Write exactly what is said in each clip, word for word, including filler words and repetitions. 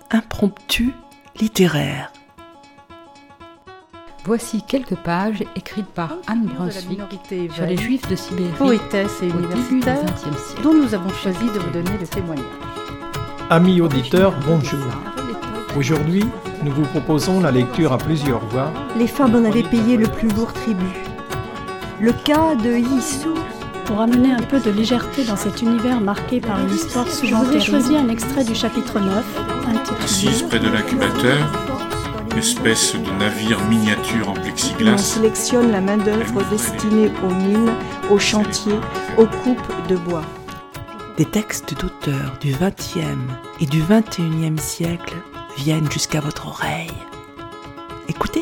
impromptu littéraire. Voici quelques pages écrites par Anne Brunswick sur les Juifs de Sibérie, poétesse et universitaire, dont nous avons choisi de vous donner le témoignage. Amis auditeurs, bonjour. Aujourd'hui, nous vous proposons la lecture à plusieurs voix. Les femmes en avaient payé le plus lourd tribut. Le cas de Yissou. Pour amener un peu de légèreté dans cet univers marqué par une histoire souvent terrible, je vous ai choisi un extrait du chapitre neuf, intitulé... Assise près de l'incubateur, espèce de navire miniature en plexiglas. On sélectionne la main-d'œuvre destinée aux mines, aux chantiers, aux coupes de bois. Des textes d'auteurs du vingtième et du vingt et unième siècle viennent jusqu'à votre oreille. Écoutez.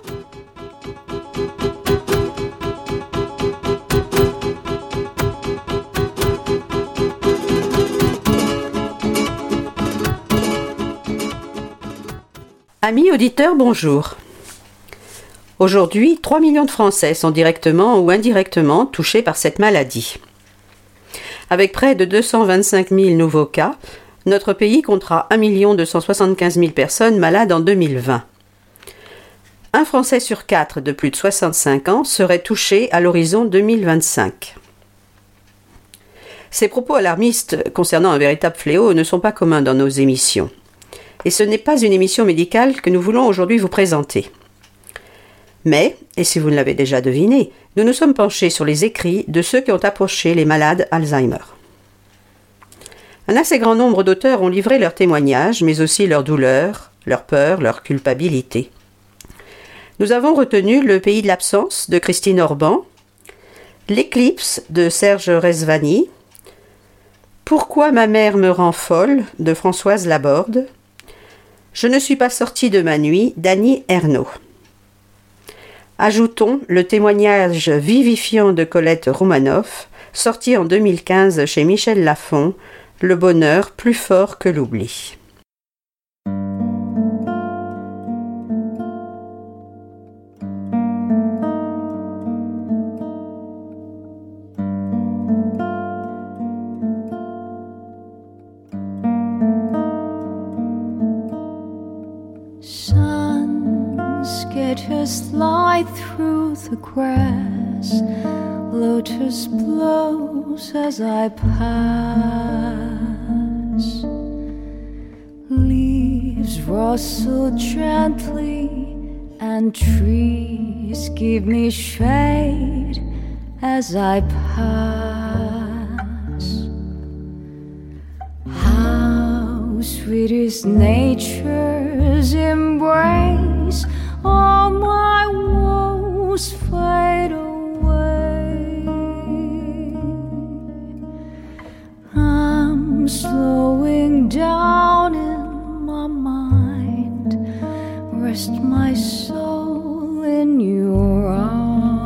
Amis auditeurs, bonjour. Aujourd'hui, trois millions de Français sont directement ou indirectement touchés par cette maladie. Avec près de deux cent vingt-cinq mille nouveaux cas, notre pays comptera un million deux cent soixante-quinze mille personnes malades en deux mille vingt. Un Français sur quatre de plus de soixante-cinq ans serait touché à l'horizon deux mille vingt-cinq. Ces propos alarmistes concernant un véritable fléau ne sont pas communs dans nos émissions. Et ce n'est pas une émission médicale que nous voulons aujourd'hui vous présenter. Mais, et si vous ne l'avez déjà deviné, nous nous sommes penchés sur les écrits de ceux qui ont approché les malades Alzheimer. Un assez grand nombre d'auteurs ont livré leurs témoignages, mais aussi leurs douleurs, leurs peurs, leur culpabilité. Nous avons retenu Le pays de l'absence de Christine Orban, L'éclipse de Serge Rezvani, Pourquoi ma mère me rend folle de Françoise Laborde, Je ne suis pas sortie de ma nuit d'Annie Ernaux. Ajoutons le témoignage vivifiant de Colette Roumanoff, sorti en deux mille quinze chez Michel Lafon, Le bonheur plus fort que l'oubli. Just lie through the grass, lotus blows as I pass. Leaves rustle gently and trees give me shade as I pass. How sweet is nature's embrace, all my woes fade away. I'm slowing down in my mind, rest my soul in your arms.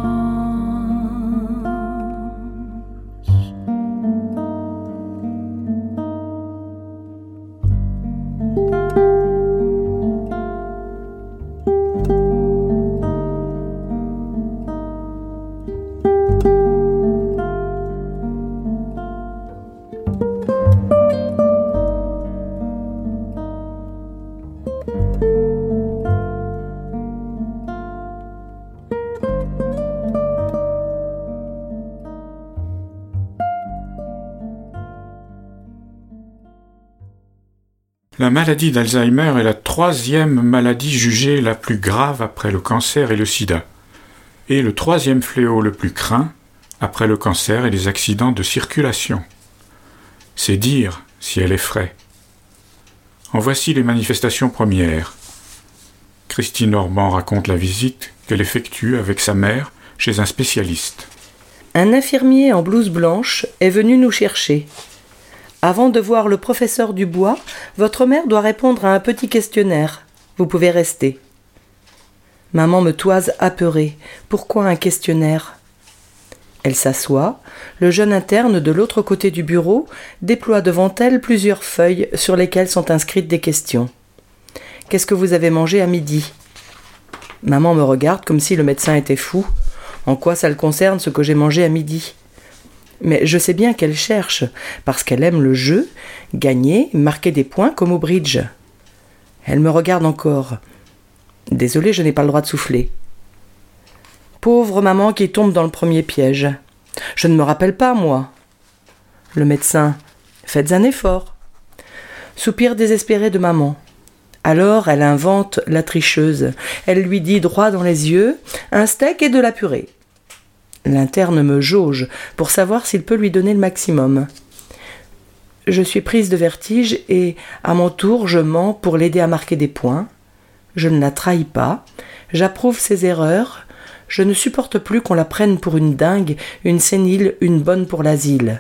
La maladie d'Alzheimer est la troisième maladie jugée la plus grave après le cancer et le sida, et le troisième fléau le plus craint après le cancer et les accidents de circulation. C'est dire si elle effraie. En voici les manifestations premières. Christine Orban raconte la visite qu'elle effectue avec sa mère chez un spécialiste. Un infirmier en blouse blanche est venu nous chercher. Avant de voir le professeur Dubois, votre mère doit répondre à un petit questionnaire. Vous pouvez rester. Maman me toise apeurée. Pourquoi un questionnaire ? Elle s'assoit. Le jeune interne de l'autre côté du bureau déploie devant elle plusieurs feuilles sur lesquelles sont inscrites des questions. « Qu'est-ce que vous avez mangé à midi ?» Maman me regarde comme si le médecin était fou. En quoi ça le concerne ce que j'ai mangé à midi ? Mais je sais bien qu'elle cherche, parce qu'elle aime le jeu, gagner, marquer des points comme au bridge. Elle me regarde encore. Désolée, je n'ai pas le droit de souffler. Pauvre maman qui tombe dans le premier piège. Je ne me rappelle pas, moi. Le médecin. Faites un effort. Soupir désespéré de maman. Alors elle invente la tricheuse. Elle lui dit droit dans les yeux « un steak et de la purée ». L'interne me jauge pour savoir s'il peut lui donner le maximum. Je suis prise de vertige et, à mon tour, je mens pour l'aider à marquer des points. Je ne la trahis pas. J'approuve ses erreurs. Je ne supporte plus qu'on la prenne pour une dingue, une sénile, une bonne pour l'asile.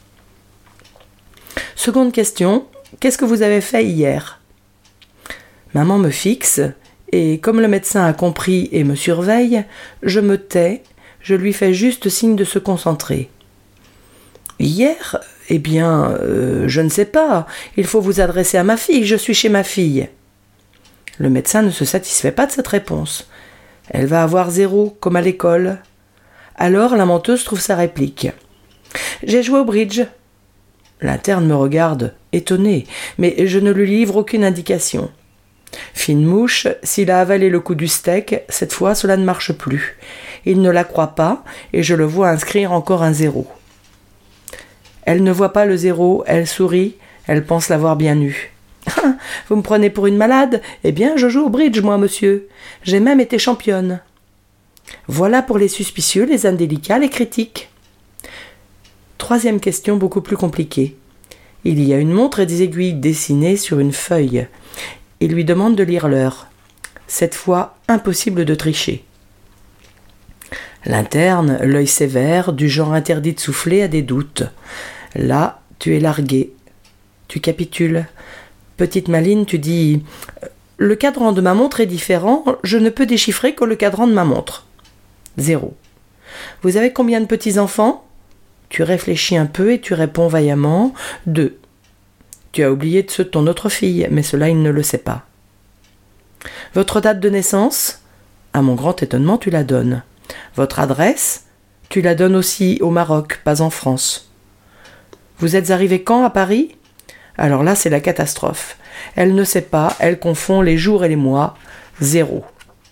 Seconde question. Qu'est-ce que vous avez fait hier ? Maman me fixe, et comme le médecin a compris et me surveille, je me tais, je lui fais juste signe de se concentrer. Hier, eh bien, euh, je ne sais pas, il faut vous adresser à ma fille, je suis chez ma fille. Le médecin ne se satisfait pas de cette réponse. Elle va avoir zéro, comme à l'école. Alors la menteuse trouve sa réplique. J'ai joué au bridge. L'interne me regarde, étonné, mais je ne lui livre aucune indication. Fine mouche, s'il a avalé le coup du steak, cette fois cela ne marche plus. Il ne la croit pas, et je le vois inscrire encore un zéro. Elle ne voit pas le zéro, elle sourit, elle pense l'avoir bien eu. « Vous me prenez pour une malade ? Eh bien, je joue au bridge, moi, monsieur. J'ai même été championne. » Voilà pour les suspicieux, les indélicats, les critiques. Troisième question beaucoup plus compliquée. Il y a une montre et des aiguilles dessinées sur une feuille. Il lui demande de lire l'heure. Cette fois, impossible de tricher. L'interne, l'œil sévère, du genre interdit de souffler, a des doutes. Là, tu es largué. Tu capitules. Petite maline, tu dis « Le cadran de ma montre est différent, je ne peux déchiffrer que le cadran de ma montre. » Zéro. « Vous avez combien de petits-enfants ?» Tu réfléchis un peu et tu réponds vaillamment « Deux. » Tu as oublié de ceux de ton autre fille, mais cela il ne le sait pas. « Votre date de naissance ?» À mon grand étonnement, tu la donnes. « Votre adresse ?» Tu la donnes aussi au Maroc, pas en France. « Vous êtes arrivé quand à Paris ?» Alors là, c'est la catastrophe. Elle ne sait pas, elle confond les jours et les mois. Zéro.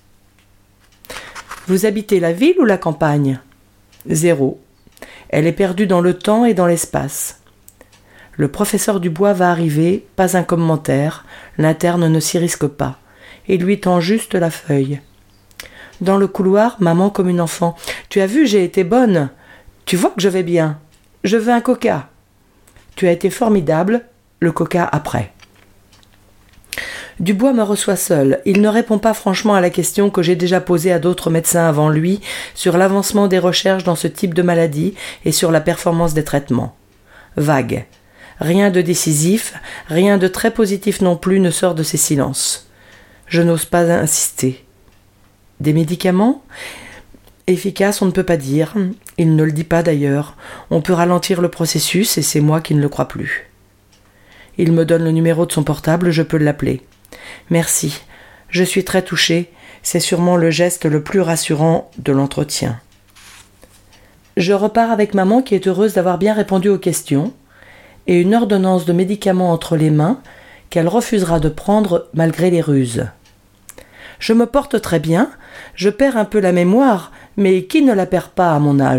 Vous habitez la ville ou la campagne ? Zéro. Elle est perdue dans le temps et dans l'espace. Le professeur Dubois va arriver, pas un commentaire, l'interne ne s'y risque pas. Il lui tend juste la feuille. Dans le couloir, maman comme une enfant. « Tu as vu, j'ai été bonne. Tu vois que je vais bien. Je veux un coca. » Tu as été formidable. Le coca après. Dubois me reçoit seul. Il ne répond pas franchement à la question que j'ai déjà posée à d'autres médecins avant lui sur l'avancement des recherches dans ce type de maladie et sur la performance des traitements. Vague. Rien de décisif, rien de très positif non plus ne sort de ces silences. Je n'ose pas insister. Des médicaments ? Efficaces, on ne peut pas dire. Il ne le dit pas d'ailleurs. On peut ralentir le processus et c'est moi qui ne le crois plus. Il me donne le numéro de son portable, je peux l'appeler. Merci. Je suis très touchée. C'est sûrement le geste le plus rassurant de l'entretien. Je repars avec maman qui est heureuse d'avoir bien répondu aux questions et une ordonnance de médicaments entre les mains qu'elle refusera de prendre malgré les ruses. Je me porte très bien, je perds un peu la mémoire, mais qui ne la perd pas à mon âge ?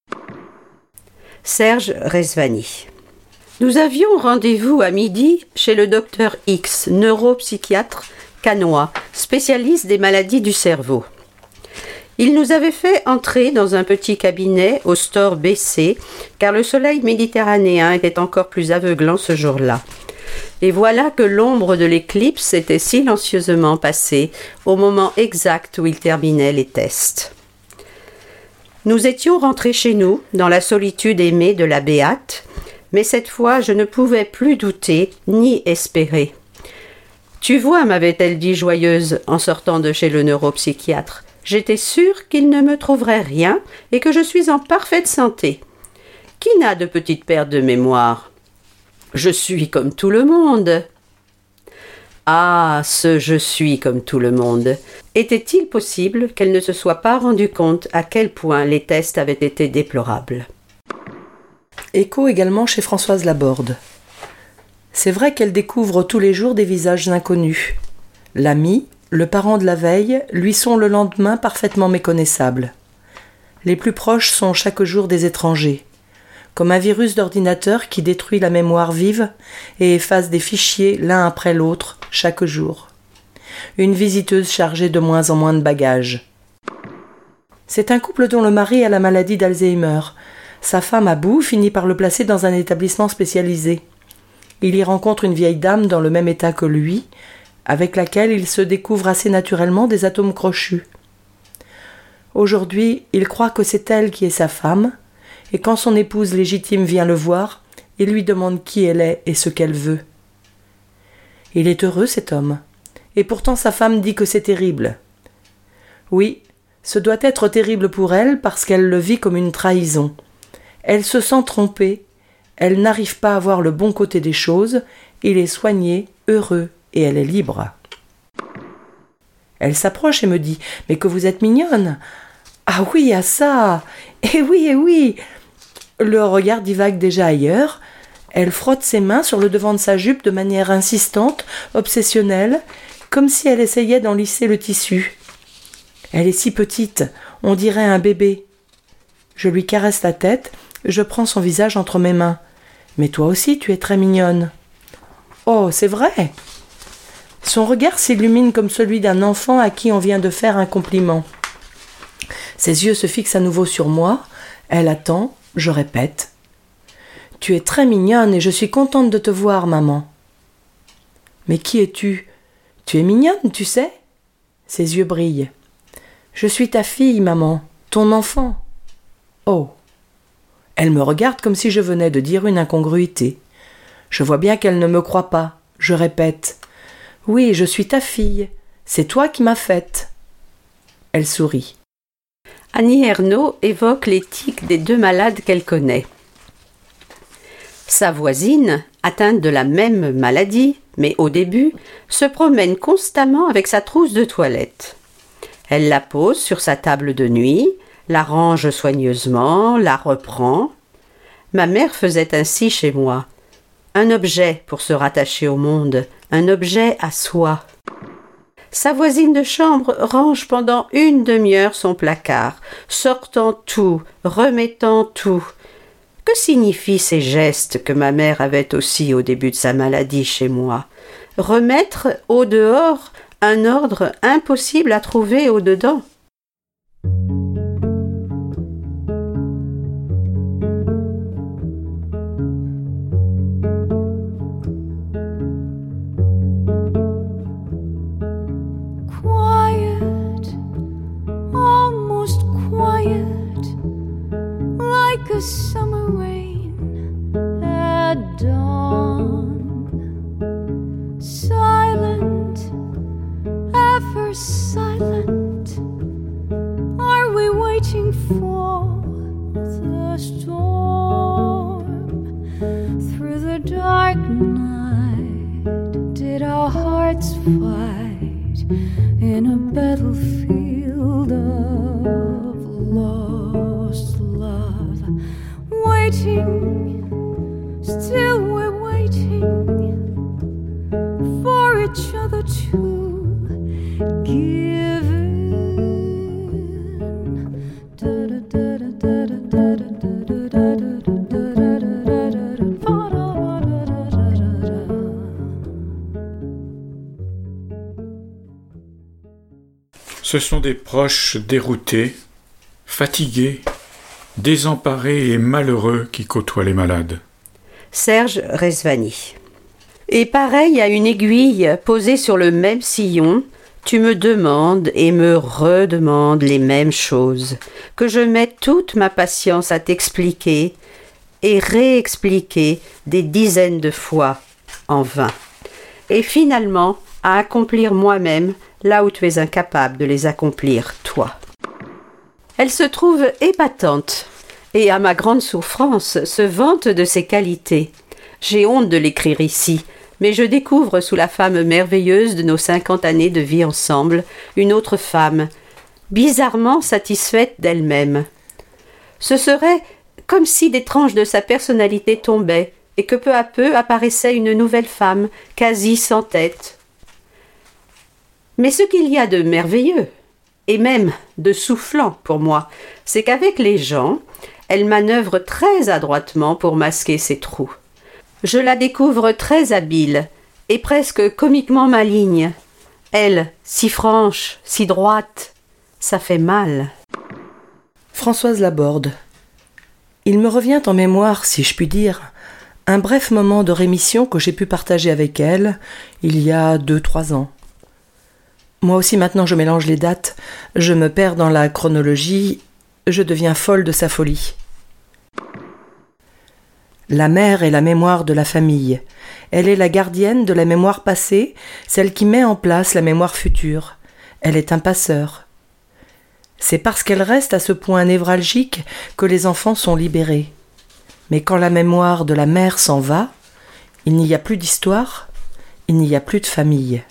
Serge Rezvani. Nous avions rendez-vous à midi chez le docteur X, neuropsychiatre cannois, spécialiste des maladies du cerveau. Il nous avait fait entrer dans un petit cabinet au store baissé, car le soleil méditerranéen était encore plus aveuglant ce jour-là. Et voilà que l'ombre de l'éclipse était silencieusement passée au moment exact où il terminait les tests. Nous étions rentrés chez nous, dans la solitude aimée de la Béate, mais cette fois je ne pouvais plus douter ni espérer. « Tu vois, m'avait-elle dit joyeuse en sortant de chez le neuropsychiatre, j'étais sûre qu'il ne me trouverait rien et que je suis en parfaite santé. Qui n'a de petites pertes de mémoire ? Je suis comme tout le monde. » Ah, ce « je suis comme tout le monde » était-il possible qu'elle ne se soit pas rendue compte à quel point les tests avaient été déplorables ? Écho également chez Françoise Laborde. C'est vrai qu'elle découvre tous les jours des visages inconnus. L'ami, le parent de la veille, lui sont le lendemain parfaitement méconnaissables. Les plus proches sont chaque jour des étrangers, comme un virus d'ordinateur qui détruit la mémoire vive et efface des fichiers l'un après l'autre chaque jour. Une visiteuse chargée de moins en moins de bagages. C'est un couple dont le mari a la maladie d'Alzheimer. Sa femme, à bout, finit par le placer dans un établissement spécialisé. Il y rencontre une vieille dame dans le même état que lui, avec laquelle il se découvre assez naturellement des atomes crochus. Aujourd'hui, il croit que c'est elle qui est sa femme, et quand son épouse légitime vient le voir, il lui demande qui elle est et ce qu'elle veut. Il est heureux, cet homme, et pourtant sa femme dit que c'est terrible. Oui, ce doit être terrible pour elle parce qu'elle le vit comme une trahison. Elle se sent trompée, elle n'arrive pas à voir le bon côté des choses, il est soigné, heureux, et elle est libre. Elle s'approche et me dit « Mais que vous êtes mignonne !»« Ah oui, à ça !»« Eh oui, eh oui !» Le regard divague déjà ailleurs. Elle frotte ses mains sur le devant de sa jupe de manière insistante, obsessionnelle, comme si elle essayait d'en lisser le tissu. Elle est si petite, on dirait un bébé. Je lui caresse la tête, je prends son visage entre mes mains. « Mais toi aussi, tu es très mignonne. »« Oh, c'est vrai !» Son regard s'illumine comme celui d'un enfant à qui on vient de faire un compliment. Ses yeux se fixent à nouveau sur moi. Elle attend, je répète. « Tu es très mignonne et je suis contente de te voir, maman. »« Mais qui es-tu ? Tu es mignonne, tu sais ?» Ses yeux brillent. « Je suis ta fille, maman, ton enfant. »« Oh !» Elle me regarde comme si je venais de dire une incongruité. Je vois bien qu'elle ne me croit pas. Je répète. « Oui, je suis ta fille. C'est toi qui m'as faite. » Elle sourit. Annie Ernaux évoque les tics des deux malades qu'elle connaît. Sa voisine, atteinte de la même maladie, mais au début, se promène constamment avec sa trousse de toilette. Elle la pose sur sa table de nuit, la range soigneusement, la reprend. Ma mère faisait ainsi chez moi. Un objet pour se rattacher au monde, un objet à soi. Sa voisine de chambre range pendant une demi-heure son placard, sortant tout, remettant tout. Que signifient ces gestes que ma mère avait aussi au début de sa maladie chez moi? Remettre au dehors un ordre impossible à trouver au dedans. Like a summer rain at dawn, silent, ever silent, are we waiting for the storm? Through the dark night did our hearts fight in a battlefield of lost love. Waiting, still we're waiting for each other to give in. Da da da da da da da da da da. Ce sont des proches déroutés, fatigués, désemparés et malheureux qui côtoient les malades. Serge Rezvani. Et pareil à une aiguille posée sur le même sillon, tu me demandes et me redemandes les mêmes choses, que je mette toute ma patience à t'expliquer et réexpliquer des dizaines de fois en vain. Et finalement, à accomplir moi-même là où tu es incapable de les accomplir, toi. Elle se trouve épatante et, à ma grande souffrance, se vante de ses qualités. J'ai honte de l'écrire ici, mais je découvre sous la femme merveilleuse de nos cinquante années de vie ensemble une autre femme, bizarrement satisfaite d'elle-même. Ce serait comme si des tranches de sa personnalité tombaient et que peu à peu apparaissait une nouvelle femme, quasi sans tête. Mais ce qu'il y a de merveilleux, et même de soufflant pour moi, c'est qu'avec les gens, elle manœuvre très adroitement pour masquer ses trous. Je la découvre très habile et presque comiquement maligne. Elle, si franche, si droite, ça fait mal. Françoise Laborde. Il me revient en mémoire, si je puis dire, un bref moment de rémission que j'ai pu partager avec elle il y a deux, trois ans. Moi aussi maintenant je mélange les dates, je me perds dans la chronologie, je deviens folle de sa folie. La mère est la mémoire de la famille. Elle est la gardienne de la mémoire passée, celle qui met en place la mémoire future. Elle est un passeur. C'est parce qu'elle reste à ce point névralgique que les enfants sont libérés. Mais quand la mémoire de la mère s'en va, il n'y a plus d'histoire, il n'y a plus de famille.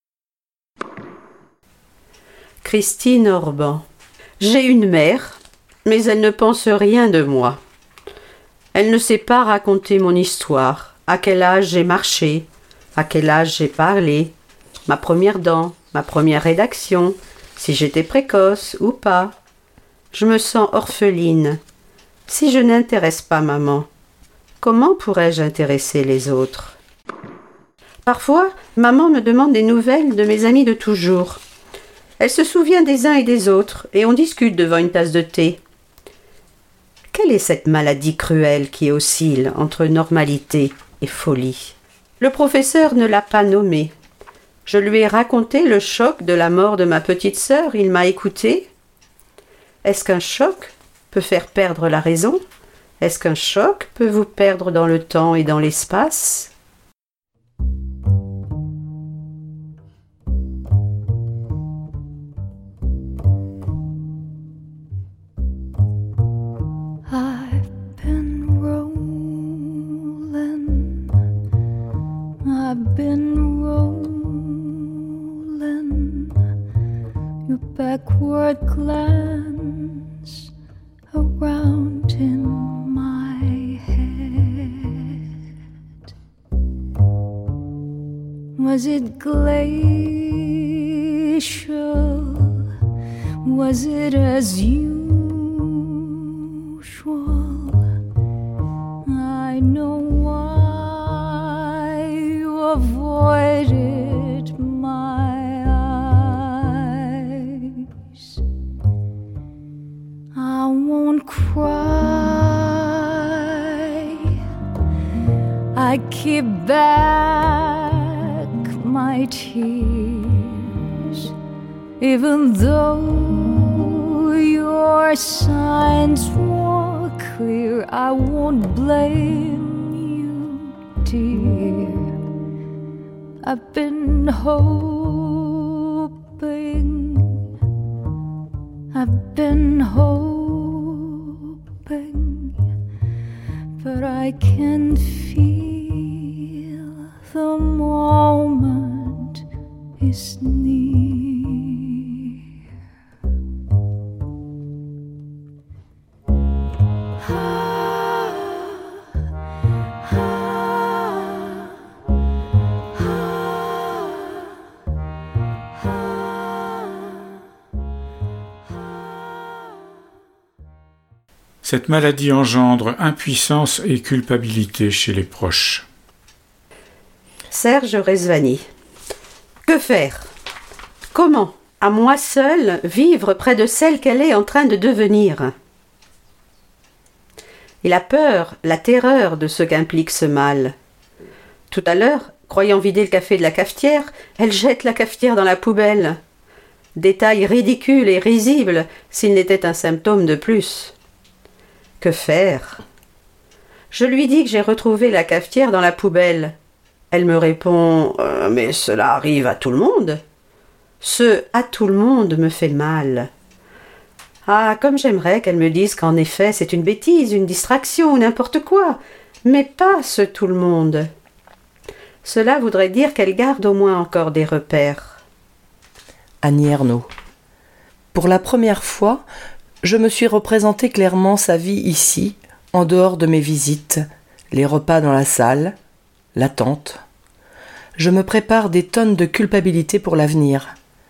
Christine Orban. J'ai une mère, mais elle ne pense rien de moi. Elle ne sait pas raconter mon histoire, à quel âge j'ai marché, à quel âge j'ai parlé, ma première dent, ma première rédaction, si j'étais précoce ou pas. Je me sens orpheline. Si je n'intéresse pas maman, comment pourrais-je intéresser les autres? Parfois, maman me demande des nouvelles de mes amis de toujours. Elle se souvient des uns et des autres, et on discute devant une tasse de thé. Quelle est cette maladie cruelle qui oscille entre normalité et folie? Le professeur ne l'a pas nommée. Je lui ai raconté le choc de la mort de ma petite sœur, il m'a écouté. Est-ce qu'un choc peut faire perdre la raison? Est-ce qu'un choc peut vous perdre dans le temps et dans l'espace? I've been rolling your backward glance around in my head. Was it glacial? Was it as usual? I know why you avoided my eyes. I won't cry. I keep back my tears, even though your signs were clear. I won't blame you, dear. I've been hoping, I've been hoping, but I can feel the moment is near. Cette maladie engendre impuissance et culpabilité chez les proches. Serge Rezvani. Que faire? Comment, à moi seule, vivre près de celle qu'elle est en train de devenir? Il a peur, la terreur de ce qu'implique ce mal. Tout à l'heure, croyant vider le café de la cafetière, elle jette la cafetière dans la poubelle. Détail ridicule et risible s'il n'était un symptôme de plus. Que faire? Je lui dis que j'ai retrouvé la cafetière dans la poubelle. Elle me répond euh, « Mais cela arrive à tout le monde !» Ce « à tout le monde » me fait mal. Ah, comme j'aimerais qu'elle me dise qu'en effet c'est une bêtise, une distraction ou n'importe quoi, mais pas ce tout le monde. Cela voudrait dire qu'elle garde au moins encore des repères. Annie Ernaux. Pour la première fois, je me suis représenté clairement sa vie ici, en dehors de mes visites, les repas dans la salle, l'attente. Je me prépare des tonnes de culpabilité pour l'avenir.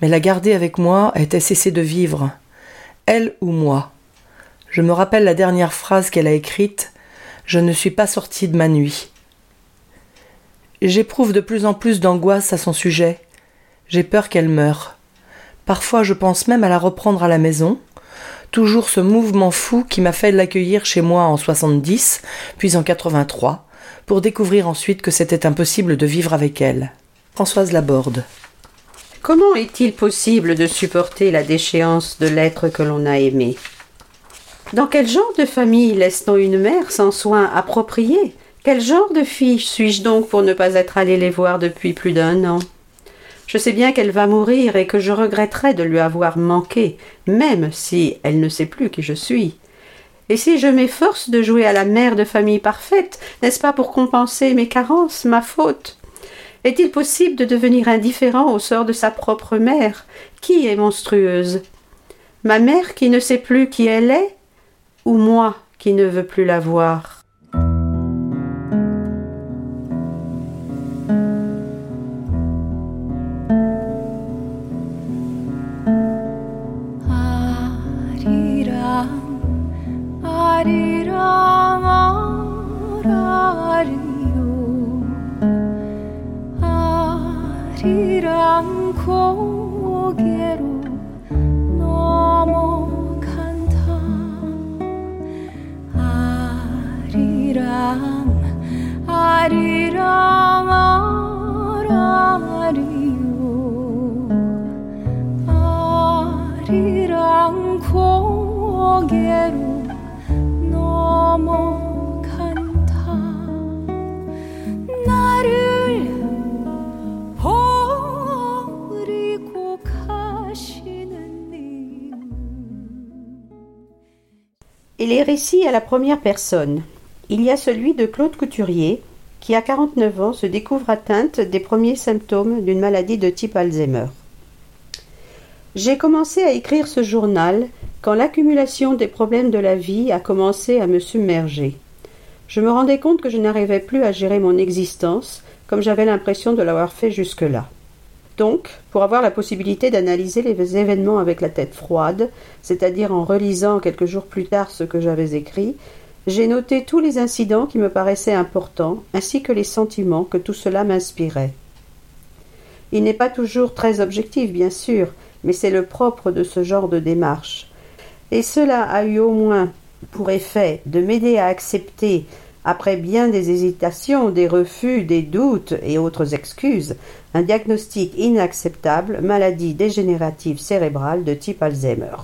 Mais la garder avec moi était cesser de vivre. Elle ou moi. Je me rappelle la dernière phrase qu'elle a écrite « Je ne suis pas sortie de ma nuit ». J'éprouve de plus en plus d'angoisse à son sujet. J'ai peur qu'elle meure. Parfois je pense même à la reprendre à la maison. Toujours ce mouvement fou qui m'a fait l'accueillir chez moi en soixante-dix, puis en quatre-vingt-trois, pour découvrir ensuite que c'était impossible de vivre avec elle. Françoise Laborde. Comment est-il possible de supporter la déchéance de l'être que l'on a aimé? Dans quel genre de famille laisse-t-on une mère sans soins appropriés? Quel genre de fille suis-je donc pour ne pas être allée les voir depuis plus d'un an? Je sais bien qu'elle va mourir et que je regretterai de lui avoir manqué, même si elle ne sait plus qui je suis. Et si je m'efforce de jouer à la mère de famille parfaite, n'est-ce pas pour compenser mes carences, ma faute? Est-il possible de devenir indifférent au sort de sa propre mère? Qui est monstrueuse? Ma mère qui ne sait plus qui elle est? Ou moi qui ne veux plus la voir? 아리랑 고개로 넘어간다. 아리랑 아리랑 아라리요. 아리랑 고개로 넘어간다. 나를 Et les récits à la première personne. Il y a celui de Claude Couturier, qui à quarante-neuf ans se découvre atteinte des premiers symptômes d'une maladie de type Alzheimer. J'ai commencé à écrire ce journal quand l'accumulation des problèmes de la vie a commencé à me submerger. Je me rendais compte que je n'arrivais plus à gérer mon existence comme j'avais l'impression de l'avoir fait jusque-là. Donc, pour avoir la possibilité d'analyser les événements avec la tête froide, c'est-à-dire en relisant quelques jours plus tard ce que j'avais écrit, j'ai noté tous les incidents qui me paraissaient importants, ainsi que les sentiments que tout cela m'inspirait. Il n'est pas toujours très objectif, bien sûr, mais c'est le propre de ce genre de démarche. Et cela a eu au moins pour effet de m'aider à accepter, après bien des hésitations, des refus, des doutes et autres excuses, un diagnostic inacceptable, maladie dégénérative cérébrale de type Alzheimer.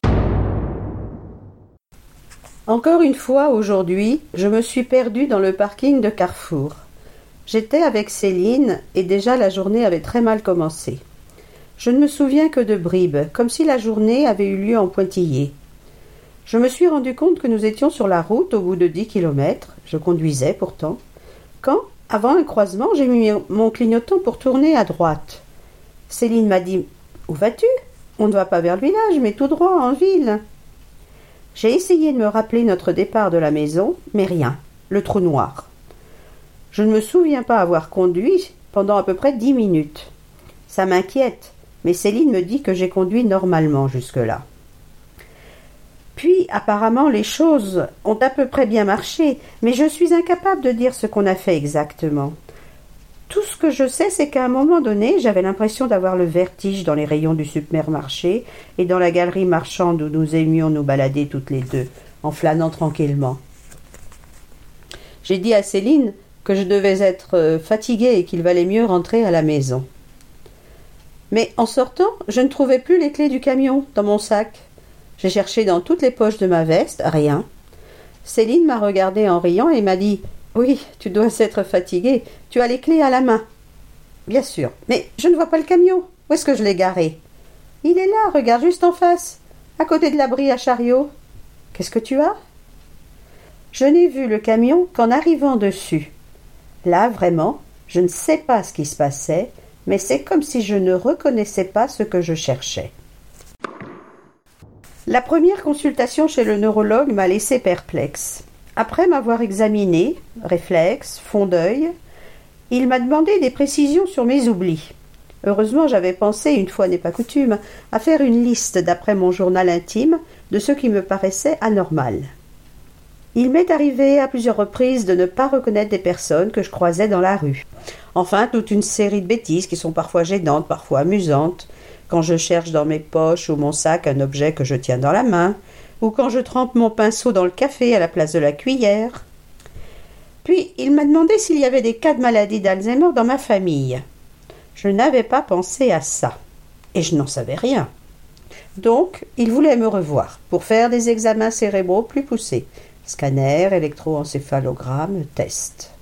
Encore une fois, aujourd'hui, je me suis perdue dans le parking de Carrefour. J'étais avec Céline et déjà la journée avait très mal commencé. Je ne me souviens que de bribes, comme si la journée avait eu lieu en pointillé. Je me suis rendu compte que nous étions sur la route au bout de dix kilomètres, je conduisais pourtant, quand, avant un croisement, j'ai mis mon clignotant pour tourner à droite. Céline m'a dit « Où vas-tu ? On ne va pas vers le village, mais tout droit, en ville. » J'ai essayé de me rappeler notre départ de la maison, mais rien, le trou noir. Je ne me souviens pas avoir conduit pendant à peu près dix minutes. Ça m'inquiète, mais Céline me dit que j'ai conduit normalement jusque-là. Puis, apparemment, les choses ont à peu près bien marché, mais je suis incapable de dire ce qu'on a fait exactement. Tout ce que je sais, c'est qu'à un moment donné, j'avais l'impression d'avoir le vertige dans les rayons du supermarché et dans la galerie marchande où nous aimions nous balader toutes les deux, en flânant tranquillement. J'ai dit à Céline que je devais être fatiguée et qu'il valait mieux rentrer à la maison. Mais en sortant, je ne trouvais plus les clés du camion dans mon sac. J'ai cherché dans toutes les poches de ma veste, rien. Céline m'a regardée en riant et m'a dit « Oui, tu dois être fatiguée, tu as les clés à la main. »« Bien sûr, mais je ne vois pas le camion. Où est-ce que je l'ai garé ?»« Il est là, regarde juste en face, à côté de l'abri à chariot. »« Qu'est-ce que tu as ?» Je n'ai vu le camion qu'en arrivant dessus. Là, vraiment, je ne sais pas ce qui se passait, mais c'est comme si je ne reconnaissais pas ce que je cherchais. La première consultation chez le neurologue m'a laissé perplexe. Après m'avoir examiné, réflexe, fond d'œil, il m'a demandé des précisions sur mes oublis. Heureusement, j'avais pensé, une fois n'est pas coutume, à faire une liste d'après mon journal intime de ce qui me paraissait anormal. Il m'est arrivé à plusieurs reprises de ne pas reconnaître des personnes que je croisais dans la rue. Enfin, toute une série de bêtises qui sont parfois gênantes, parfois amusantes, quand je cherche dans mes poches ou mon sac un objet que je tiens dans la main, ou quand je trempe mon pinceau dans le café à la place de la cuillère. Puis, il m'a demandé s'il y avait des cas de maladie d'Alzheimer dans ma famille. Je n'avais pas pensé à ça, et je n'en savais rien. Donc, il voulait me revoir pour faire des examens cérébraux plus poussés. Scanner, électroencéphalogramme, test.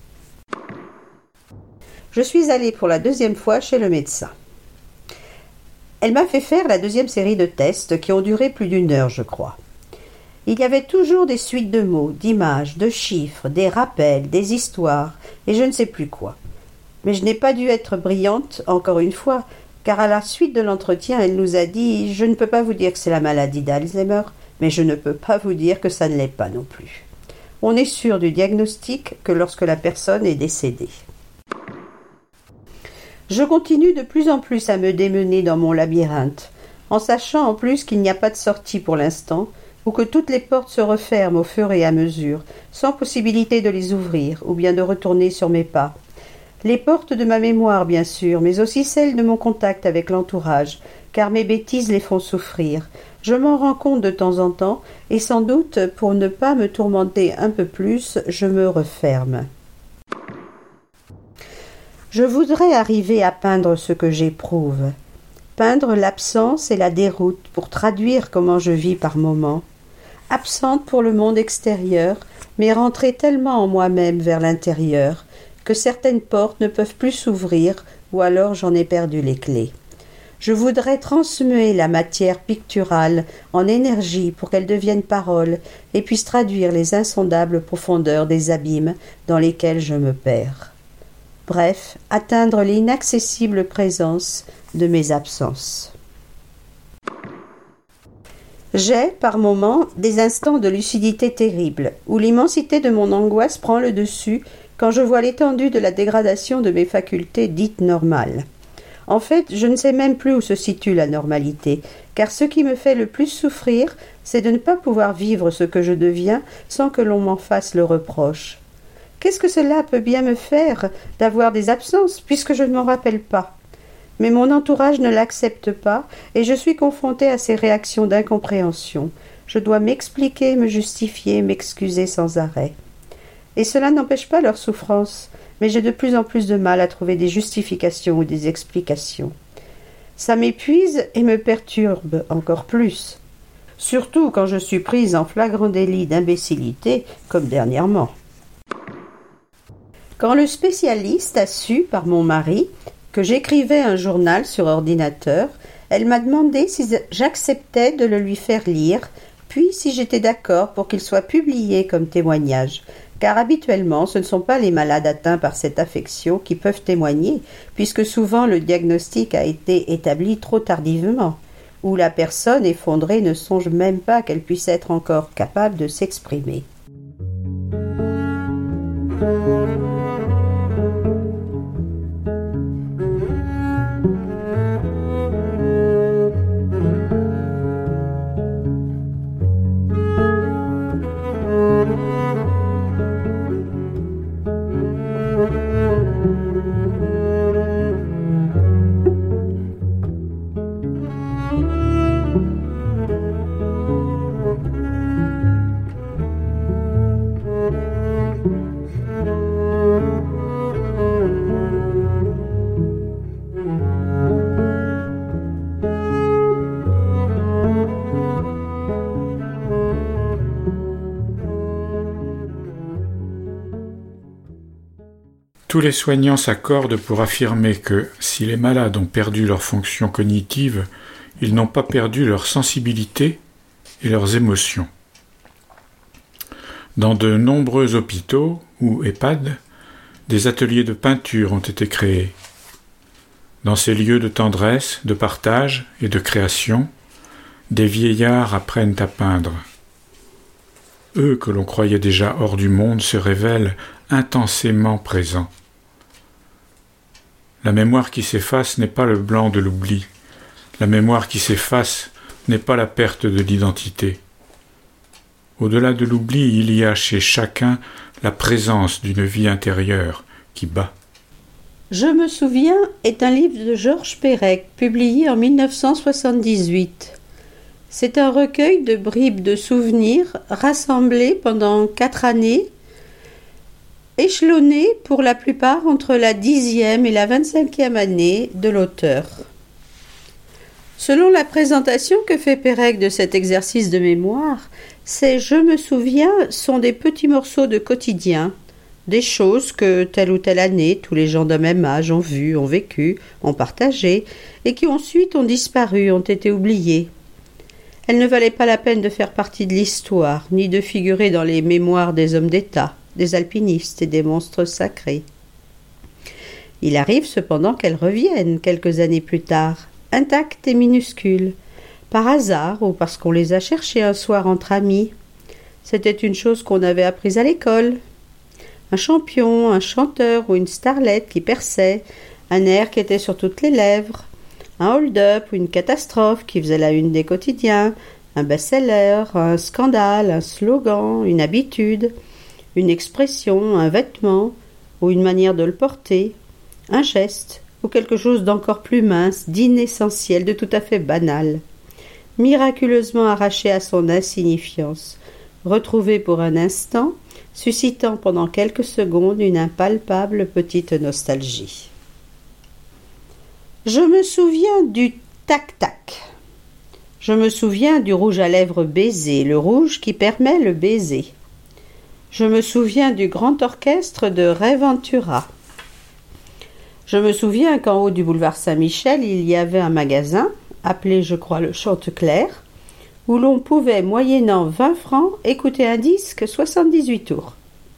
Je suis allée pour la deuxième fois chez le médecin. Elle m'a fait faire la deuxième série de tests qui ont duré plus d'une heure, je crois. Il y avait toujours des suites de mots, d'images, de chiffres, des rappels, des histoires, et je ne sais plus quoi. Mais je n'ai pas dû être brillante, encore une fois, car à la suite de l'entretien, elle nous a dit « Je ne peux pas vous dire que c'est la maladie d'Alzheimer, mais je ne peux pas vous dire que ça ne l'est pas non plus. On est sûr du diagnostic que lorsque la personne est décédée. » Je continue de plus en plus à me démener dans mon labyrinthe, en sachant en plus qu'il n'y a pas de sortie pour l'instant, ou que toutes les portes se referment au fur et à mesure, sans possibilité de les ouvrir, ou bien de retourner sur mes pas. Les portes de ma mémoire, bien sûr, mais aussi celles de mon contact avec l'entourage, car mes bêtises les font souffrir. Je m'en rends compte de temps en temps, et sans doute, pour ne pas me tourmenter un peu plus, je me referme. Je voudrais arriver à peindre ce que j'éprouve, peindre l'absence et la déroute pour traduire comment je vis par moments, absente pour le monde extérieur, mais rentrée tellement en moi-même vers l'intérieur, que certaines portes ne peuvent plus s'ouvrir, ou alors j'en ai perdu les clés. Je voudrais transmuer la matière picturale en énergie pour qu'elle devienne parole et puisse traduire les insondables profondeurs des abîmes dans lesquels je me perds. Bref, atteindre l'inaccessible présence de mes absences. J'ai, par moments, des instants de lucidité terrible, où l'immensité de mon angoisse prend le dessus quand je vois l'étendue de la dégradation de mes facultés dites normales. En fait, je ne sais même plus où se situe la normalité, car ce qui me fait le plus souffrir, c'est de ne pas pouvoir vivre ce que je deviens sans que l'on m'en fasse le reproche. Qu'est-ce que cela peut bien me faire d'avoir des absences, puisque je ne m'en rappelle pas? Mais mon entourage ne l'accepte pas, et je suis confrontée à ces réactions d'incompréhension. Je dois m'expliquer, me justifier, m'excuser sans arrêt. Et cela n'empêche pas leur souffrance, mais j'ai de plus en plus de mal à trouver des justifications ou des explications. Ça m'épuise et me perturbe encore plus, surtout quand je suis prise en flagrant délit d'imbécilité, comme dernièrement. Quand le spécialiste a su, par mon mari, que j'écrivais un journal sur ordinateur, elle m'a demandé si j'acceptais de le lui faire lire, puis si j'étais d'accord pour qu'il soit publié comme témoignage, car habituellement ce ne sont pas les malades atteints par cette affection qui peuvent témoigner, puisque souvent le diagnostic a été établi trop tardivement, ou la personne effondrée ne songe même pas qu'elle puisse être encore capable de s'exprimer. Tous les soignants s'accordent pour affirmer que, si les malades ont perdu leur fonction cognitive, ils n'ont pas perdu leur sensibilité et leurs émotions. Dans de nombreux hôpitaux ou EHPAD, des ateliers de peinture ont été créés. Dans ces lieux de tendresse, de partage et de création, des vieillards apprennent à peindre. Eux que l'on croyait déjà hors du monde se révèlent intensément présents. La mémoire qui s'efface n'est pas le blanc de l'oubli. La mémoire qui s'efface n'est pas la perte de l'identité. Au-delà de l'oubli, il y a chez chacun la présence d'une vie intérieure qui bat. Je me souviens est un livre de Georges Perec, publié en mille neuf cent soixante-dix-huit. C'est un recueil de bribes de souvenirs rassemblés pendant quatre années, échelonnés pour la plupart entre la dixième et la vingt-cinquième année de l'auteur. Selon la présentation que fait Perec de cet exercice de mémoire, ces « je me souviens » sont des petits morceaux de quotidien, des choses que telle ou telle année tous les gens d'un même âge ont vues, ont vécues, ont partagées, et qui ensuite ont disparu, ont été oubliées. Elles ne valaient pas la peine de faire partie de l'histoire, ni de figurer dans les mémoires des hommes d'État, des alpinistes et des monstres sacrés. Il arrive cependant qu'elles reviennent quelques années plus tard, intactes et minuscules, par hasard ou parce qu'on les a cherchées un soir entre amis. C'était une chose qu'on avait apprise à l'école. Un champion, un chanteur ou une starlette qui perçait, un air qui était sur toutes les lèvres, un hold-up ou une catastrophe qui faisait la une des quotidiens, un best-seller, un scandale, un slogan, une habitude, une expression, un vêtement ou une manière de le porter, un geste ou quelque chose d'encore plus mince, d'inessentiel, de tout à fait banal, miraculeusement arraché à son insignifiance, retrouvé pour un instant, suscitant pendant quelques secondes une impalpable petite nostalgie. Je me souviens du tac-tac. Je me souviens du rouge à lèvres baiser, le rouge qui permet le baiser. Je me souviens du grand orchestre de Ray Ventura. Je me souviens qu'en haut du boulevard Saint-Michel, il y avait un magasin, appelé, je crois, le Chanteclair, où l'on pouvait, moyennant vingt francs, écouter un disque soixante-dix-huit tours.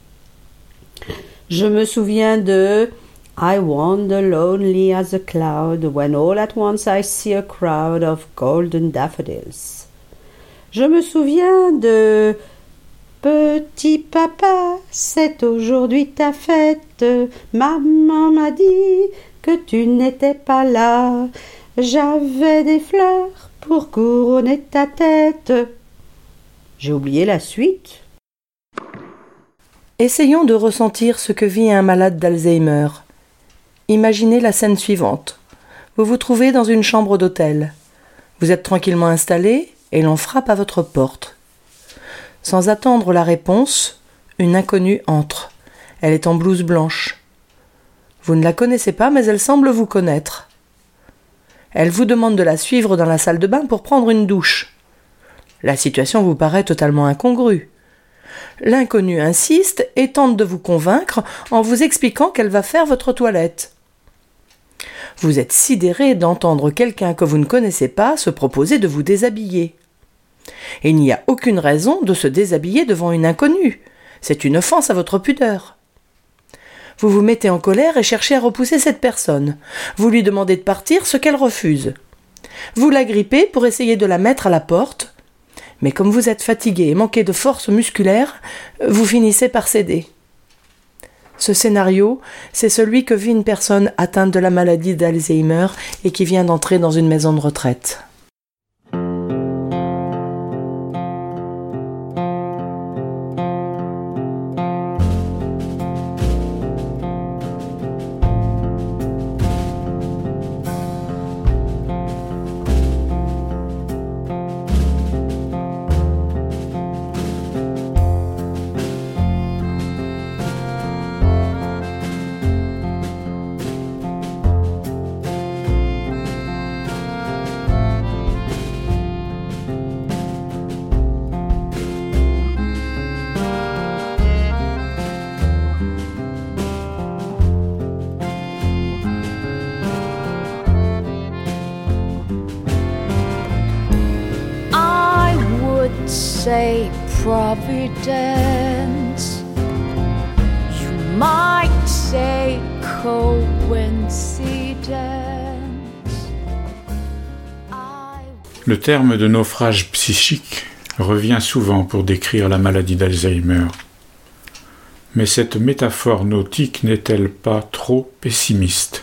Je me souviens de I wander lonely as a cloud when all at once I see a crowd of golden daffodils. Je me souviens de Petit papa, c'est aujourd'hui ta fête. Maman m'a dit que tu n'étais pas là. J'avais des fleurs pour couronner ta tête. J'ai oublié la suite. Essayons de ressentir ce que vit un malade d'Alzheimer. Imaginez la scène suivante. Vous vous trouvez dans une chambre d'hôtel. Vous êtes tranquillement installé et l'on frappe à votre porte. Sans attendre la réponse, une inconnue entre. Elle est en blouse blanche. Vous ne la connaissez pas, mais elle semble vous connaître. Elle vous demande de la suivre dans la salle de bain pour prendre une douche. La situation vous paraît totalement incongrue. L'inconnue insiste et tente de vous convaincre en vous expliquant qu'elle va faire votre toilette. Vous êtes sidéré d'entendre quelqu'un que vous ne connaissez pas se proposer de vous déshabiller. Et il n'y a aucune raison de se déshabiller devant une inconnue. C'est une offense à votre pudeur. Vous vous mettez en colère et cherchez à repousser cette personne. Vous lui demandez de partir, ce qu'elle refuse. Vous la grippez pour essayer de la mettre à la porte, mais comme vous êtes fatigué et manquez de force musculaire, vous finissez par céder. Ce scénario, c'est celui que vit une personne atteinte de la maladie d'Alzheimer et qui vient d'entrer dans une maison de retraite. Say Providence, you might say coincidence. Le terme de naufrage psychique revient souvent pour décrire la maladie d'Alzheimer. Mais cette métaphore nautique n'est-elle pas trop pessimiste ?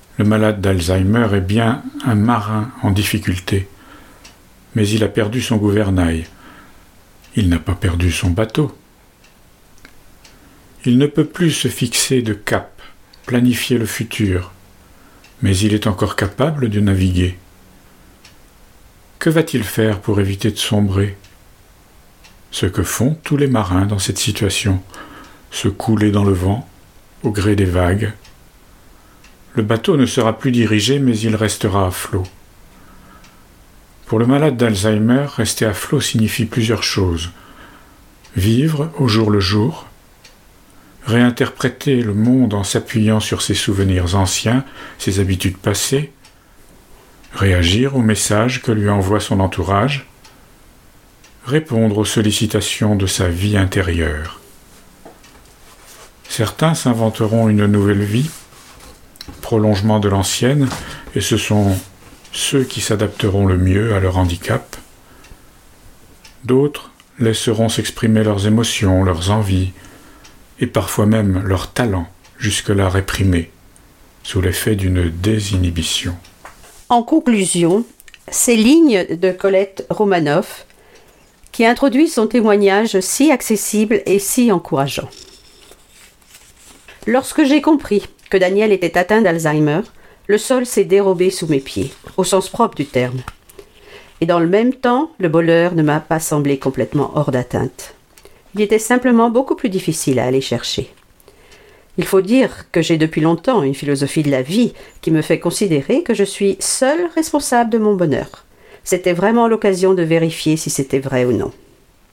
Le malade d'Alzheimer est bien un marin en difficulté, mais il a perdu son gouvernail. Il n'a pas perdu son bateau. Il ne peut plus se fixer de cap, planifier le futur, mais il est encore capable de naviguer. Que va-t-il faire pour éviter de sombrer ? Ce que font tous les marins dans cette situation, se couler dans le vent, au gré des vagues. Le bateau ne sera plus dirigé, mais il restera à flot. Pour le malade d'Alzheimer, rester à flot signifie plusieurs choses. Vivre au jour le jour, réinterpréter le monde en s'appuyant sur ses souvenirs anciens, ses habitudes passées, réagir aux messages que lui envoie son entourage, répondre aux sollicitations de sa vie intérieure. Certains s'inventeront une nouvelle vie, prolongement de l'ancienne, et ce sont ceux qui s'adapteront le mieux à leur handicap. D'autres laisseront s'exprimer leurs émotions, leurs envies, et parfois même leurs talents, jusque-là réprimés, sous l'effet d'une désinhibition. En conclusion, ces lignes de Colette Romanoff qui introduit son témoignage si accessible et si encourageant. Lorsque j'ai compris que Daniel était atteint d'Alzheimer, le sol s'est dérobé sous mes pieds, au sens propre du terme. Et dans le même temps, le bonheur ne m'a pas semblé complètement hors d'atteinte. Il était simplement beaucoup plus difficile à aller chercher. Il faut dire que j'ai depuis longtemps une philosophie de la vie qui me fait considérer que je suis seule responsable de mon bonheur. C'était vraiment l'occasion de vérifier si c'était vrai ou non.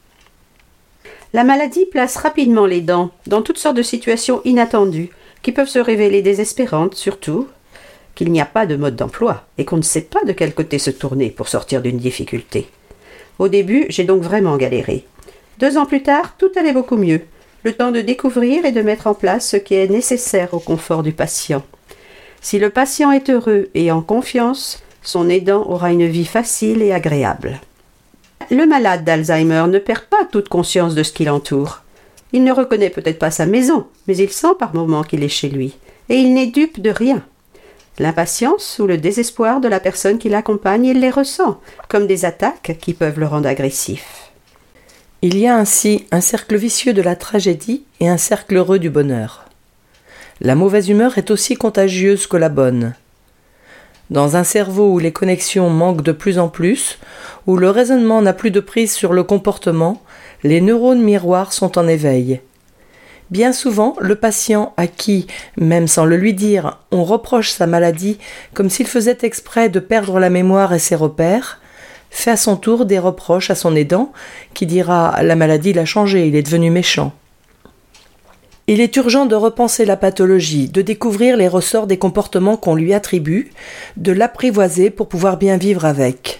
La maladie place rapidement les dents dans toutes sortes de situations inattendues qui peuvent se révéler désespérantes, surtout qu'il n'y a pas de mode d'emploi et qu'on ne sait pas de quel côté se tourner pour sortir d'une difficulté. Au début, j'ai donc vraiment galéré. Deux ans plus tard, tout allait beaucoup mieux. Le temps de découvrir et de mettre en place ce qui est nécessaire au confort du patient. Si le patient est heureux et en confiance, son aidant aura une vie facile et agréable. Le malade d'Alzheimer ne perd pas toute conscience de ce qui l'entoure. Il ne reconnaît peut-être pas sa maison, mais il sent par moments qu'il est chez lui, et il n'est dupe de rien. L'impatience ou le désespoir de la personne qui l'accompagne, il les ressent, comme des attaques qui peuvent le rendre agressif. Il y a ainsi un cercle vicieux de la tragédie et un cercle heureux du bonheur. La mauvaise humeur est aussi contagieuse que la bonne. Dans un cerveau où les connexions manquent de plus en plus, où le raisonnement n'a plus de prise sur le comportement, les neurones miroirs sont en éveil. Bien souvent, le patient à qui, même sans le lui dire, on reproche sa maladie comme s'il faisait exprès de perdre la mémoire et ses repères, fait à son tour des reproches à son aidant qui dira « la maladie l'a changé, il est devenu méchant ». Il est urgent de repenser la pathologie, de découvrir les ressorts des comportements qu'on lui attribue, de l'apprivoiser pour pouvoir bien vivre avec.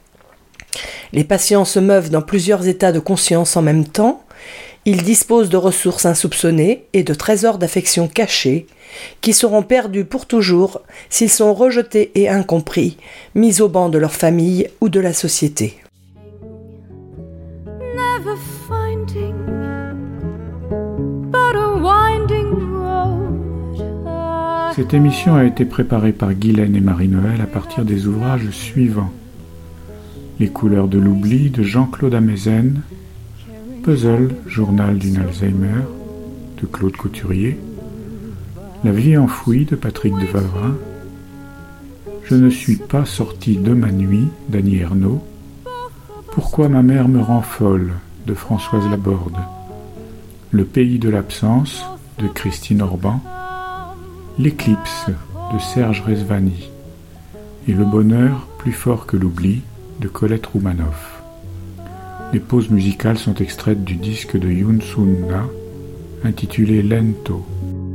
Les patients se meuvent dans plusieurs états de conscience en même temps. Ils disposent de ressources insoupçonnées et de trésors d'affection cachés qui seront perdus pour toujours s'ils sont rejetés et incompris, mis au banc de leur famille ou de la société. Never finding but a winding road. Cette émission a été préparée par Guylaine et Marie-Noël à partir des ouvrages suivants: Les couleurs de l'oubli de Jean-Claude Amezen, Puzzle, journal d'une Alzheimer de Claude Couturier, La vie enfouie de Patrick de Vavrin, Je ne suis pas sorti de ma nuit d'Annie Ernaux, Pourquoi ma mère me rend folle de Françoise Laborde, Le pays de l'absence de Christine Orban, L'éclipse de Serge Rezvani et Le bonheur plus fort que l'oubli de Colette Romanoff. Les pauses musicales sont extraites du disque de Youn Sunna intitulé Lento.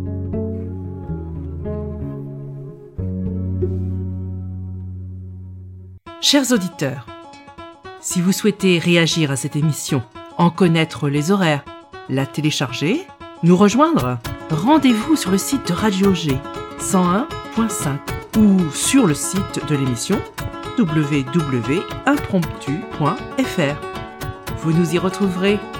Chers auditeurs, si vous souhaitez réagir à cette émission, en connaître les horaires, la télécharger, nous rejoindre, rendez-vous sur le site de Radio G cent un point cinq ou sur le site de l'émission w w w point impromptu point f r. Vous nous y retrouverez.